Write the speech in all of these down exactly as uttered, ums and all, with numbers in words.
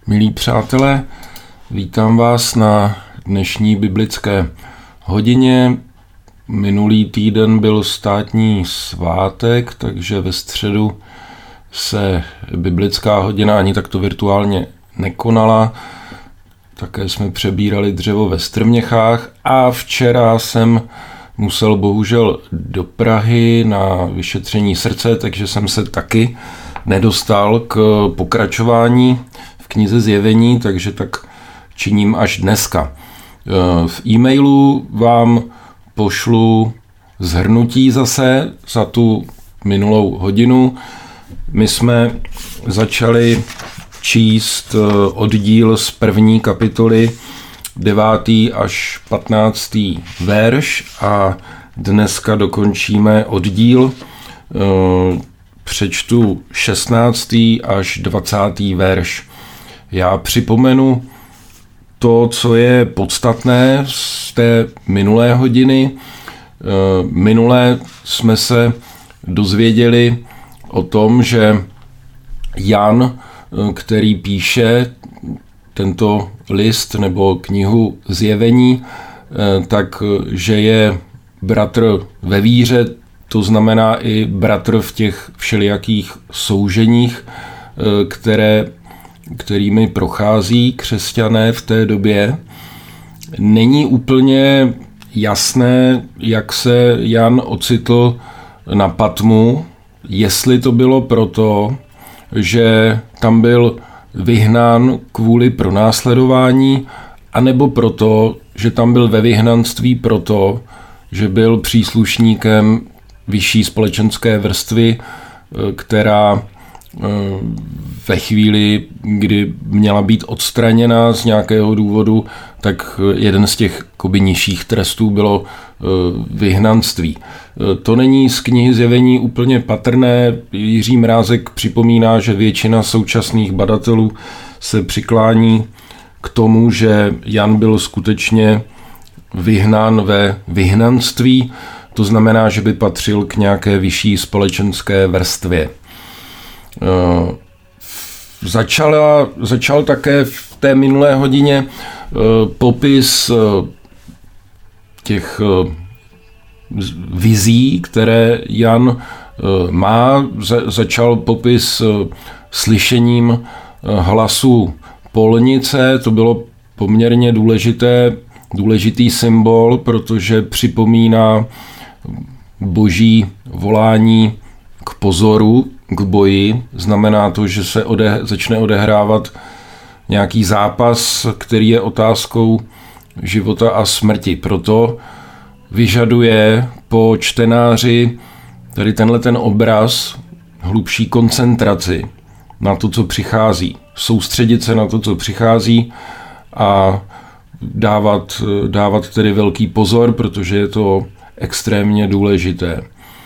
Milí přátelé, vítám vás na dnešní biblické hodině. Minulý týden byl státní svátek, takže ve středu se biblická hodina ani takto virtuálně nekonala. Také jsme přebírali dřevo ve Strměchách a včera jsem musel bohužel do Prahy na vyšetření srdce, takže jsem se taky nedostal k pokračování v knize Zjevení, takže tak činím až dneska. V e-mailu vám pošlu shrnutí zase za tu minulou hodinu. My jsme začali číst oddíl z první kapitoly, devátý až patnáctý verš a dneska dokončíme oddíl. Přečtu šestnáctý až dvacátý verš. Já připomenu to, co je podstatné z té minulé hodiny. Minulé jsme se dozvěděli o tom, že Jan, který píše tento list nebo knihu Zjevení, tak že je bratr ve víře, to znamená i bratr v těch všelijakých souženích, které, kterými prochází křesťané v té době. Není úplně jasné, jak se Jan ocitl na Patmu, jestli to bylo proto, že tam byl vyhnán kvůli pronásledování, anebo proto, že tam byl ve vyhnanství proto, že byl příslušníkem vyšší společenské vrstvy, která ve chvíli, kdy měla být odstraněna z nějakého důvodu, tak jeden z těch jakoby nižších trestů bylo vyhnanství. To není z knihy Zjevení úplně patrné. Jiří Mrázek připomíná, že většina současných badatelů se přiklání k tomu, že Jan byl skutečně vyhnán ve vyhnanství, to znamená, že by patřil k nějaké vyšší společenské vrstvě. Začala, začal také v té minulé hodině popis těch vizí, které Jan má. Začal popis slyšením hlasu polnice, to bylo poměrně důležité, důležitý symbol, protože připomíná boží volání k pozoru, k boji. Znamená to, že se ode, začne odehrávat nějaký zápas, který je otázkou života a smrti. Proto vyžaduje po čtenáři tady tenhle ten obraz hlubší koncentraci na to, co přichází. Soustředit se na to, co přichází a dávat, dávat tedy velký pozor, protože je to extrémně důležité.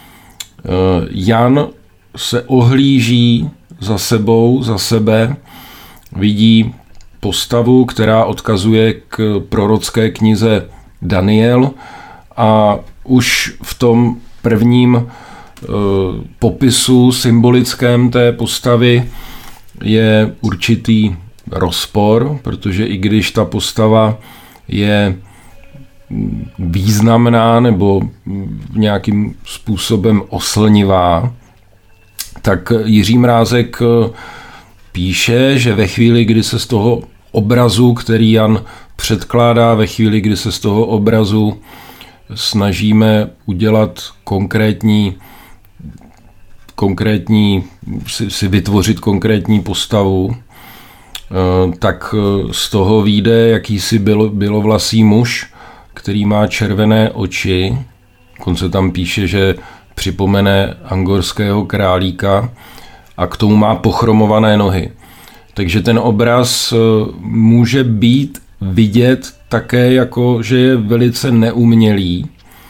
Jan se ohlíží za sebou, za sebe, vidí postavu, která odkazuje k prorocké knize Daniel a už v tom prvním e, popisu symbolickém té postavy je určitý rozpor, protože i když ta postava je významná nebo nějakým způsobem oslnivá, tak Jiří Mrázek píše, že ve chvíli, kdy se z toho obrazu, který Jan předkládá, ve chvíli, kdy se z toho obrazu snažíme udělat konkrétní, konkrétní si, si vytvořit konkrétní postavu, tak z toho vyjde jakýsi bylo, bělovlasý muž, který má červené oči. Dokonce tam píše, že připomene angorského králíka a k tomu má pochromované nohy. Takže ten obraz může být vidět také jako, že je velice neumělý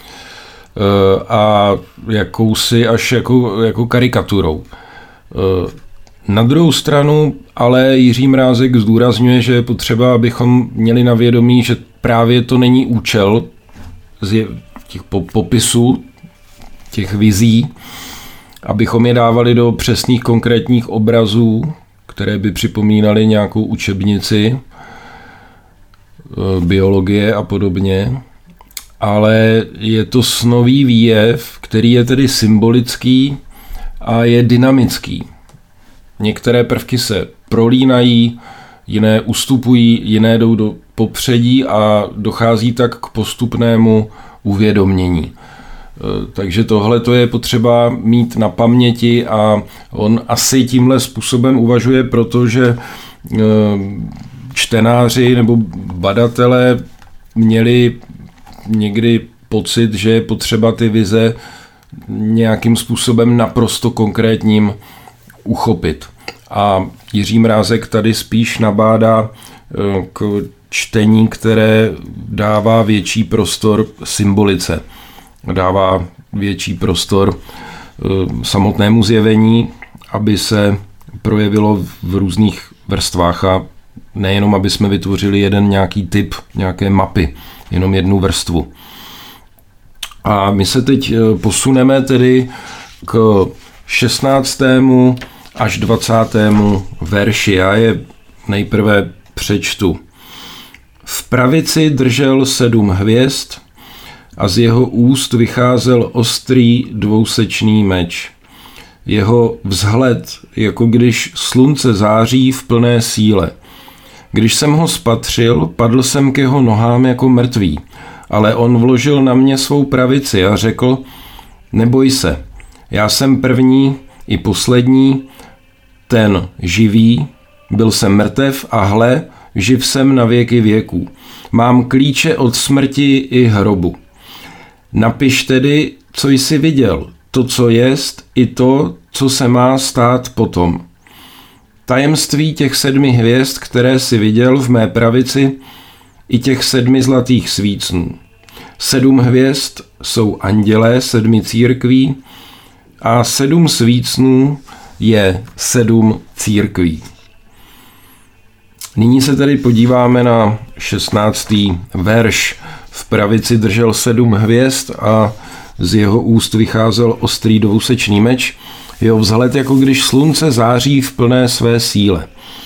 a jakousi až jako, jako karikaturou. Na druhou stranu ale Jiří Mrázek zdůrazňuje, že je potřeba, abychom měli na vědomí, že právě to není účel těch popisů, těch vizí, abychom je dávali do přesných konkrétních obrazů, které by připomínaly nějakou učebnici biologie a podobně, ale je to snový výjev, který je tedy symbolický a je dynamický. Některé prvky se prolínají, jiné ustupují, jiné jdou do popředí a dochází tak k postupnému uvědomění. Takže tohle to je potřeba mít na paměti a on asi tímhle způsobem uvažuje, protože čtenáři nebo badatelé měli někdy pocit, že je potřeba ty vize nějakým způsobem naprosto konkrétním uchopit. A Jiří Mrázek tady spíš nabádá k čtení, které dává větší prostor symbolice. Dává větší prostor samotnému zjevení, aby se projevilo v různých vrstvách a nejenom, aby jsme vytvořili jeden nějaký typ, nějaké mapy, jenom jednu vrstvu. A my se teď posuneme tedy k šestnáctému až dvacátému verši. Já je nejprve přečtu. V pravici držel sedm hvězd a z jeho úst vycházel ostrý dvousečný meč. Jeho vzhled, jako když slunce září v plné síle. Když jsem ho spatřil, padl jsem k jeho nohám jako mrtvý, ale on vložil na mě svou pravici a řekl, neboj se, já jsem první i poslední, ten živý, byl jsem mrtev a hle, živ jsem na věky věků. Mám klíče od smrti i hrobu. Napiš tedy, co jsi viděl, to, co jest, i to, co se má stát potom. Tajemství těch sedmi hvězd, které jsi viděl v mé pravici, i těch sedmi zlatých svícnů. Sedm hvězd jsou andělé sedmi církví a sedm svícnů je sedm církví. Nyní se tedy podíváme na šestnáctý verš. V pravici držel sedm hvězd a z jeho úst vycházel ostrý dvousečný meč. Jeho vzhled, jako když slunce září v plné své síle.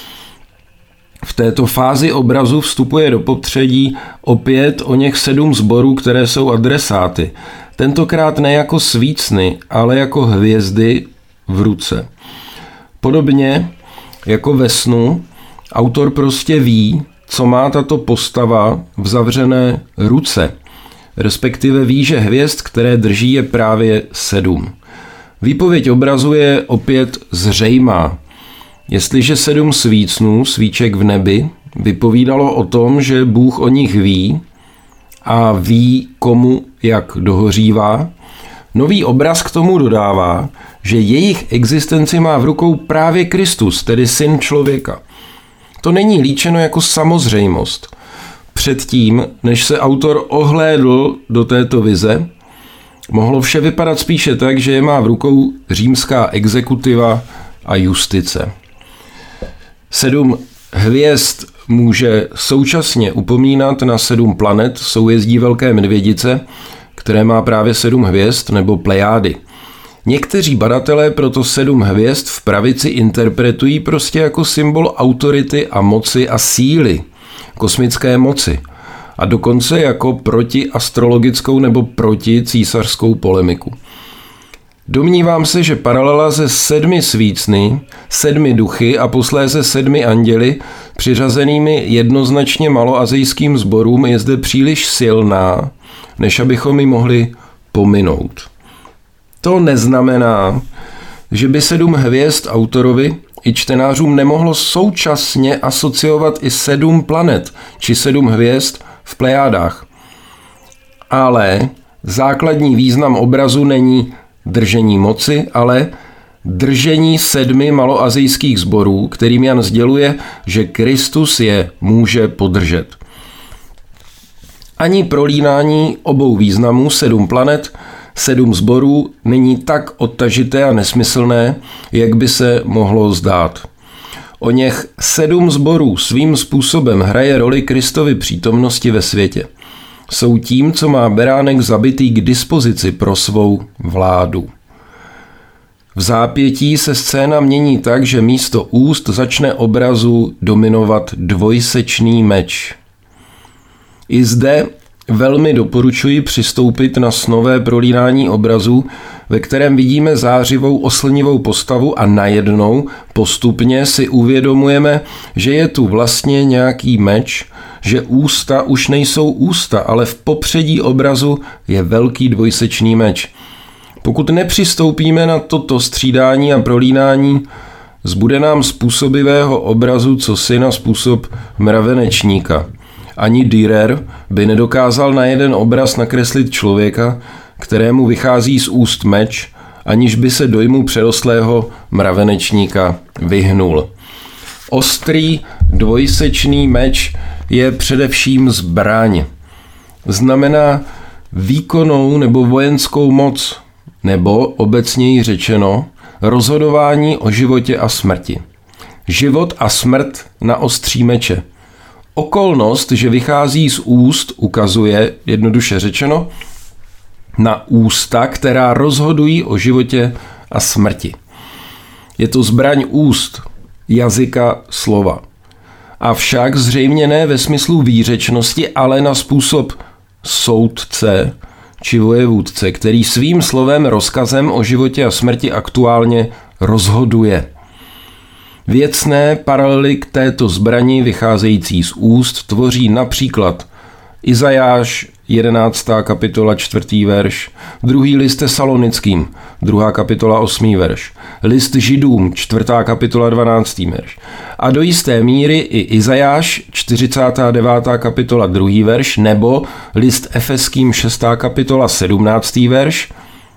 V této fázi obrazu vstupuje do popředí opět o něch sedm sborů, které jsou adresáty. Tentokrát ne jako svícny, ale jako hvězdy v ruce. Podobně jako ve snu, autor prostě ví, co má tato postava v zavřené ruce, respektive ví, že hvězd, které drží, je právě sedm. Výpověď obrazu je opět zřejmá. Jestliže sedm svícnů, svíček v nebi, vypovídalo o tom, že Bůh o nich ví a ví, komu jak dohořívá, nový obraz k tomu dodává, že jejich existenci má v rukou právě Kristus, tedy Syn člověka. To není líčeno jako samozřejmost. Předtím, než se autor ohlédl do této vize, mohlo vše vypadat spíše tak, že je má v rukou římská exekutiva a justice. Sedm hvězd může současně upomínat na sedm planet soujezdí Velké medvědice, které má právě sedm hvězd nebo plejády. Někteří badatelé proto sedm hvězd v pravici interpretují prostě jako symbol autority a moci a síly, kosmické moci, a dokonce jako protiastrologickou nebo proticísařskou polemiku. Domnívám se, že paralela ze sedmi svícny, sedmi duchy a posléze sedmi anděli, přiřazenými jednoznačně maloazijským sborům, je zde příliš silná, než abychom ji mohli pominout. To neznamená, že by sedm hvězd autorovi i čtenářům nemohlo současně asociovat i sedm planet či sedm hvězd v plejádách. Ale základní význam obrazu není držení moci, ale držení sedmi maloazijských sborů, kterým Jan sděluje, že Kristus je může podržet. Ani prolínání obou významů sedm planet, sedm sborů není tak odtažité a nesmyslné, jak by se mohlo zdát. O něch sedm sborů svým způsobem hraje roli Kristovy přítomnosti ve světě. Jsou tím, co má beránek zabitý k dispozici pro svou vládu. V zápětí se scéna mění tak, že místo úst začne obrazu dominovat dvojsečný meč. I zde velmi doporučuji přistoupit na snové prolínání obrazu, ve kterém vidíme zářivou oslnivou postavu a najednou postupně si uvědomujeme, že je tu vlastně nějaký meč, že ústa už nejsou ústa, ale v popředí obrazu je velký dvojsečný meč. Pokud nepřistoupíme na toto střídání a prolínání, zbude nám způsobivého obrazu cosi na způsob mravenečníka. Ani Dürer by nedokázal na jeden obraz nakreslit člověka, kterému vychází z úst meč, aniž by se dojmu přerostlého mravenečníka vyhnul. Ostrý dvojsečný meč je především zbraň. Znamená výkonnou nebo vojenskou moc, nebo obecněji řečeno rozhodování o životě a smrti. Život a smrt na ostří meče. Okolnost, že vychází z úst, ukazuje, jednoduše řečeno, na ústa, která rozhodují o životě a smrti. Je to zbraň úst, jazyka, slova. Avšak zřejmě ne ve smyslu výřečnosti, ale na způsob soudce či vojevůdce, který svým slovem, rozkazem o životě a smrti aktuálně rozhoduje. Věcné paralely k této zbrani vycházející z úst tvoří například Izajáš, jedenáctá kapitola, čtvrtý verš, druhý list Tesalonickým, druhá kapitola, osmý verš, list Židům, čtvrtá kapitola, dvanáctý verš. A do jisté míry i Izajáš, čtyřicátá devátá kapitola, druhý verš, nebo list Efeským, šestá kapitola, sedmnáctý verš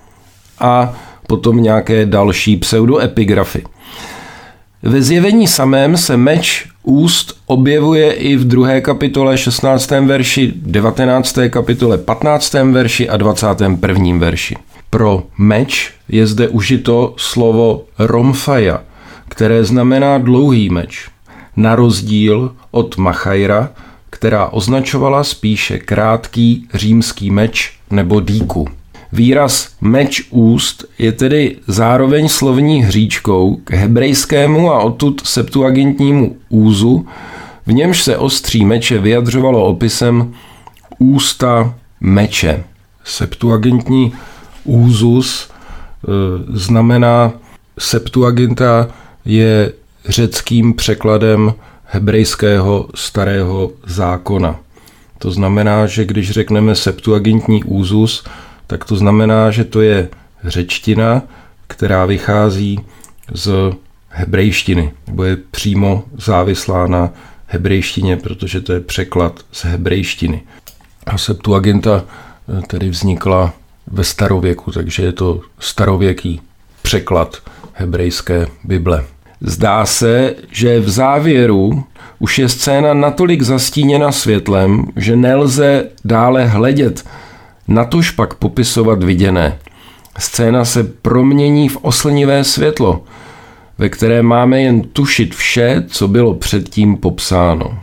a potom nějaké další pseudoepigrafy. Ve zjevení samém se meč úst objevuje i v druhé kapitole, šestnáctém verši, devatenácté kapitole, patnáctém verši a dvacátém prvním verši. Pro meč je zde užito slovo romfaja, které znamená dlouhý meč, na rozdíl od machaira, která označovala spíše krátký římský meč nebo dýku. Výraz meč úst je tedy zároveň slovní hříčkou k hebrejskému a odtud septuagintnímu úzu, v němž se ostří meče vyjadřovalo opisem ústa meče. Septuagintní úzus e, znamená, Septuaginta je řeckým překladem hebrejského starého zákona. To znamená, že když řekneme septuagintní úzus, tak to znamená, že to je řečtina, která vychází z hebrejštiny, nebo je přímo závislá na hebrejštině, protože to je překlad z hebrejštiny. A Septuaginta tedy vznikla ve starověku, takže je to starověký překlad hebrejské Bible. Zdá se, že v závěru už je scéna natolik zastíněna světlem, že nelze dále hledět, natož pak popisovat viděné. Scéna se promění v oslnivé světlo, ve které máme jen tušit vše, co bylo předtím popsáno.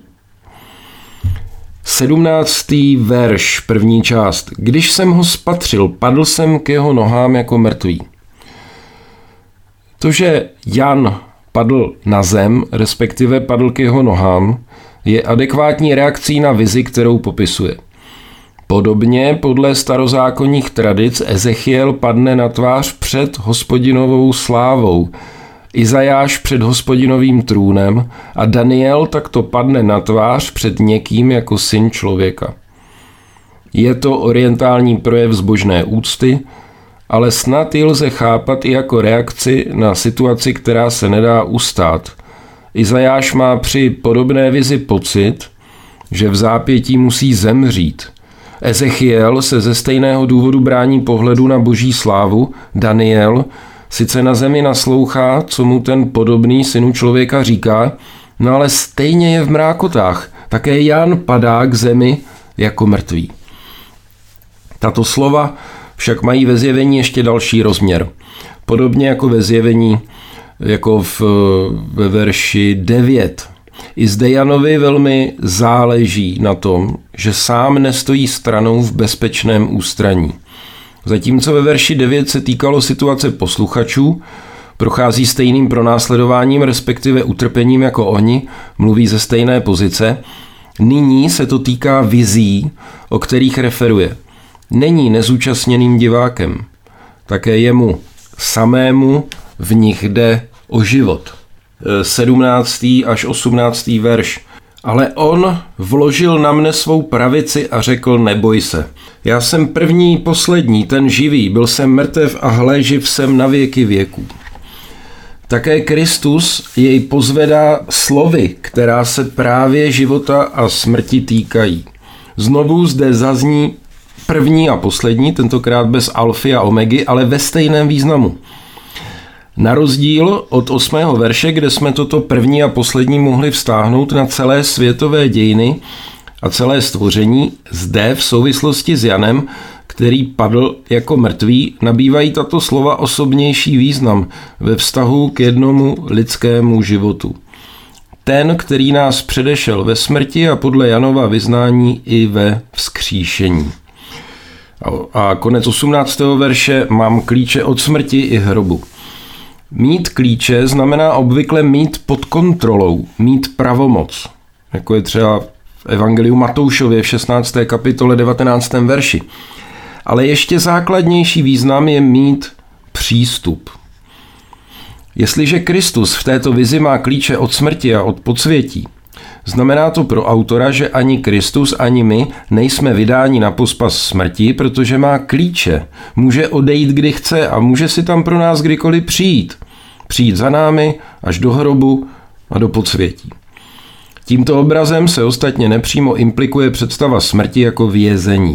Sedmnáctý verš, první část. Když jsem ho spatřil, padl jsem k jeho nohám jako mrtvý. To, že Jan padl na zem, respektive padl k jeho nohám, je adekvátní reakcí na vizi, kterou popisuje. Podobně podle starozákonních tradic Ezechiel padne na tvář před Hospodinovou slávou, Izajáš před Hospodinovým trůnem a Daniel takto padne na tvář před někým jako syn člověka. Je to orientální projev zbožné úcty, ale snad ji lze chápat i jako reakci na situaci, která se nedá ustát. Izajáš má při podobné vizi pocit, že v zápětí musí zemřít. Ezechiel se ze stejného důvodu brání pohledu na boží slávu, Daniel sice na zemi naslouchá, co mu ten podobný synu člověka říká, no ale stejně je v mrákotách. Také Jan padá k zemi jako mrtvý. Tato slova však mají ve zjevení ještě další rozměr. Podobně jako ve zjevení, jako v, ve verši devět. I zde Janovi velmi záleží na tom, že sám nestojí stranou v bezpečném ústraní. Zatímco ve verši devět se týkalo situace posluchačů, prochází stejným pronásledováním, respektive utrpením jako oni, mluví ze stejné pozice, nyní se to týká vizí, o kterých referuje. Není nezúčastněným divákem. Také jemu samému v nich jde o život. sedmnáctý až osmnáctý verš. Ale on vložil na mne svou pravici a řekl, neboj se. Já jsem první, poslední, ten živý, byl jsem mrtev a hle, živ jsem na věky věků. Také Kristus jej pozvedá slovy, která se právě života a smrti týkají. Znovu zde zazní první a poslední, tentokrát bez alfy a omegy, ale ve stejném významu. Na rozdíl od osmého verše, kde jsme toto první a poslední mohli vztáhnout na celé světové dějiny a celé stvoření, zde v souvislosti s Janem, který padl jako mrtvý, nabývají tato slova osobnější význam ve vztahu k jednomu lidskému životu. Ten, který nás předešel ve smrti a podle Janova vyznání i ve vzkříšení. A konec osmnáctého verše, mám klíče od smrti i hrobu. Mít klíče znamená obvykle mít pod kontrolou, mít pravomoc, jako je třeba v Evangeliu Matoušově v šestnácté kapitole devatenáctém verši. Ale ještě základnější význam je mít přístup. Jestliže Kristus v této vizi má klíče od smrti a od podsvětí, znamená to pro autora, že ani Kristus, ani my nejsme vydáni na pospas smrti, protože má klíče. Může odejít, kdy chce a může si tam pro nás kdykoliv přijít. Přijít za námi až do hrobu a do podsvětí. Tímto obrazem se ostatně nepřímo implikuje představa smrti jako vězení.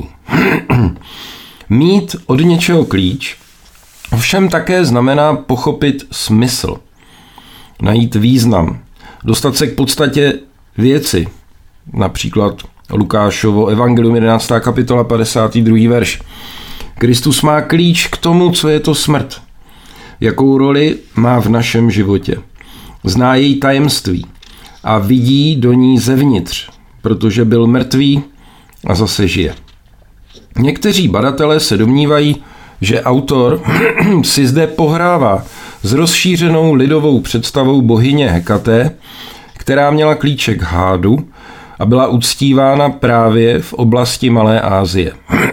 Mít od něčeho klíč ovšem také znamená pochopit smysl, najít význam, dostat se k podstatě věci, například Lukášovo Evangelium jedenáctá kapitola padesátý druhý verš. Kristus má klíč k tomu, co je to smrt. Jakou roli má v našem životě. Zná její tajemství a vidí do ní zevnitř, protože byl mrtvý a zase žije. Někteří badatelé se domnívají, že autor si zde pohrává s rozšířenou lidovou představou bohyně Hekaté, která měla klíček hádu a byla uctívána právě v oblasti Malé Asie.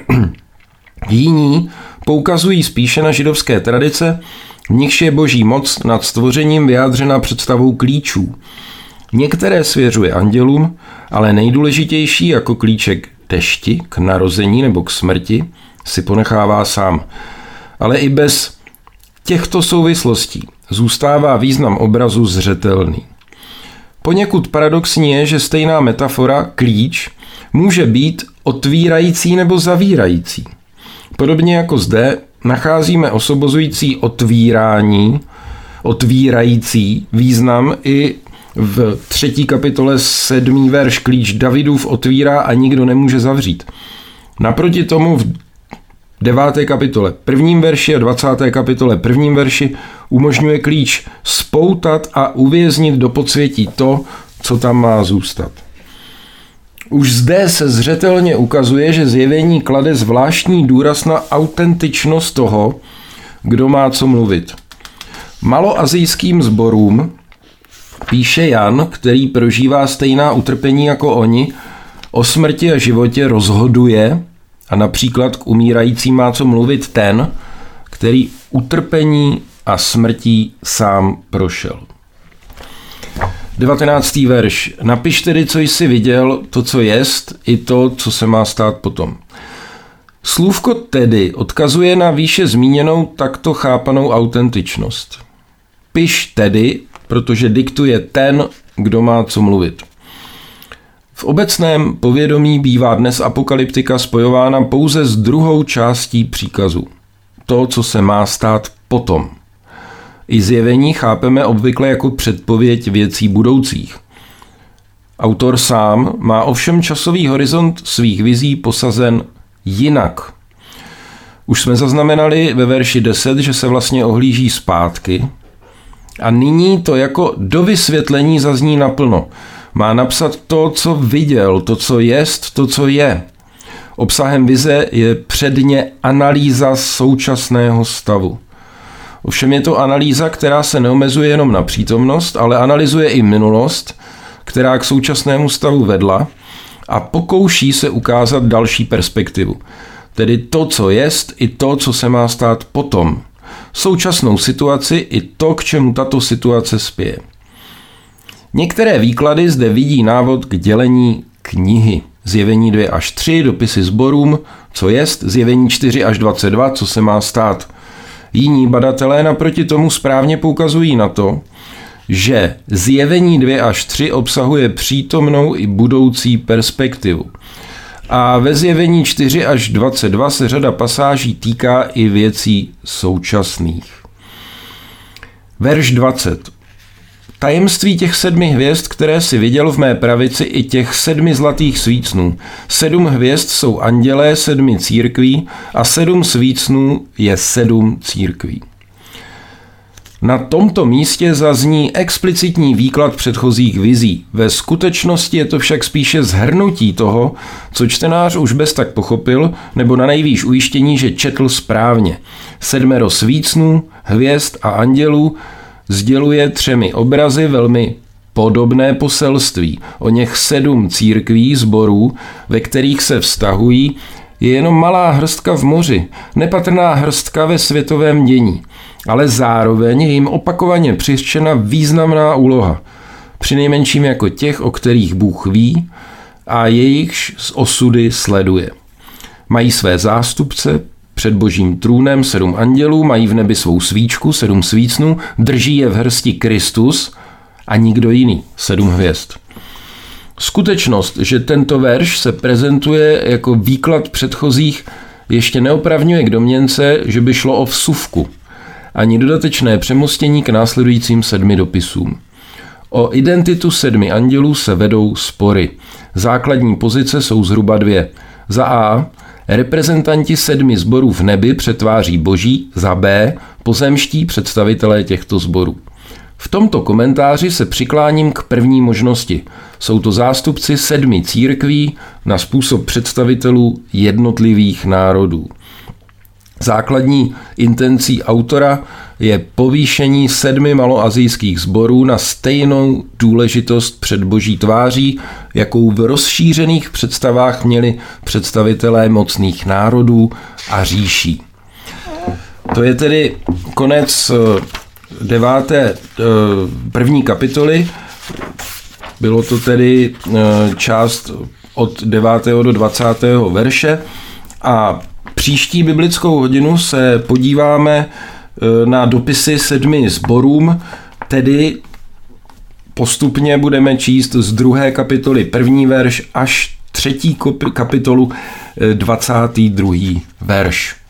Jiní poukazují spíše na židovské tradice, v nichž je boží moc nad stvořením vyjádřena představou klíčů. Některé svěřuje andělům, ale nejdůležitější jako klíček dešti k narození nebo k smrti si ponechává sám. Ale i bez těchto souvislostí zůstává význam obrazu zřetelný. Poněkud paradoxní je, že stejná metafora, klíč, může být otvírající nebo zavírající. Podobně jako zde nacházíme osobozující otvírání, otvírající význam i v třetí kapitole sedmý verš, klíč Davidův otvírá a nikdo nemůže zavřít. Naproti tomu v deváté kapitole prvním verši a dvacáté kapitole prvním verši umožňuje klíč spoutat a uvěznit do podsvětí to, co tam má zůstat. Už zde se zřetelně ukazuje, že zjevení klade zvláštní důraz na autentičnost toho, kdo má co mluvit. Maloazijským sborům píše Jan, který prožívá stejná utrpení jako oni, o smrti a životě rozhoduje a například k umírajícím má co mluvit ten, který utrpení a smrtí sám prošel. devatenáctý verš. Napiš tedy, co jsi viděl, to, co jest, i to, co se má stát potom. Slůvko tedy odkazuje na výše zmíněnou takto chápanou autentičnost. Piš tedy, protože diktuje ten, kdo má co mluvit. V obecném povědomí bývá dnes apokalyptika spojována pouze s druhou částí příkazu. To, co se má stát potom. I zjevení chápeme obvykle jako předpověď věcí budoucích. Autor sám má ovšem časový horizont svých vizí posazen jinak. Už jsme zaznamenali ve verši deset, že se vlastně ohlíží zpátky a nyní to jako do vysvětlení zazní naplno. Má napsat to, co viděl, to, co jest, to, co je. Obsahem vize je předně analýza současného stavu. Ovšem je to analýza, která se neomezuje jenom na přítomnost, ale analyzuje i minulost, která k současnému stavu vedla a pokouší se ukázat další perspektivu. Tedy to, co jest, i to, co se má stát potom. Současnou situaci i to, k čemu tato situace spěje. Některé výklady zde vidí návod k dělení knihy. Zjevení dva až tři, dopisy sborům, co jest, zjevení čtyři až dvacet dva, co se má stát. Jiní badatelé naproti tomu správně poukazují na to, že zjevení dva až tři obsahuje přítomnou i budoucí perspektivu. A ve zjevení čtyři až dvacet dva se řada pasáží týká i věcí současných. Verš dvacet. Tajemství těch sedmi hvězd, které si viděl v mé pravici, i těch sedmi zlatých svícnů. Sedm hvězd jsou andělé sedmi církví a sedm svícnů je sedm církví. Na tomto místě zazní explicitní výklad předchozích vizí. Ve skutečnosti je to však spíše shrnutí toho, co čtenář už bez tak pochopil, nebo na nejvýš ujištění, že četl správně. Sedmero svícnů, hvězd a andělů sděluje třemi obrazy velmi podobné poselství. O něch sedm církví, sborů, ve kterých se vztahují, je jenom malá hrstka v moři, nepatrná hrstka ve světovém dění, ale zároveň je jim opakovaně přiřčena významná úloha, přinejmenším jako těch, o kterých Bůh ví a jejichž z osudy sleduje. Mají své zástupce, před božím trůnem sedm andělů, mají v nebi svou svíčku, sedm svícnů, drží je v hrsti Kristus a nikdo jiný, sedm hvězd. Skutečnost, že tento verš se prezentuje jako výklad předchozích, ještě neopravňuje k domněnce, že by šlo o vsuvku, ani dodatečné přemostění k následujícím sedmi dopisům. O identitu sedmi andělů se vedou spory. Základní pozice jsou zhruba dvě. Za A. Reprezentanti sedmi sborů v nebi přetváří boží, za B. Pozemští představitelé těchto sborů. V tomto komentáři se přikláním k první možnosti. Jsou to zástupci sedmi církví na způsob představitelů jednotlivých národů. Základní intencí autora je povýšení sedmi maloazijských sborů na stejnou důležitost před boží tváří, jakou v rozšířených představách měli představitelé mocných národů a říší. To je tedy konec deváté první kapitoly. Bylo to tedy část od devátého do dvacátého verše a příští biblickou hodinu se podíváme na dopisy sedmi sborům, tedy postupně budeme číst z druhé kapitoly první verš až třetí kapitolu dvacátý druhý verš.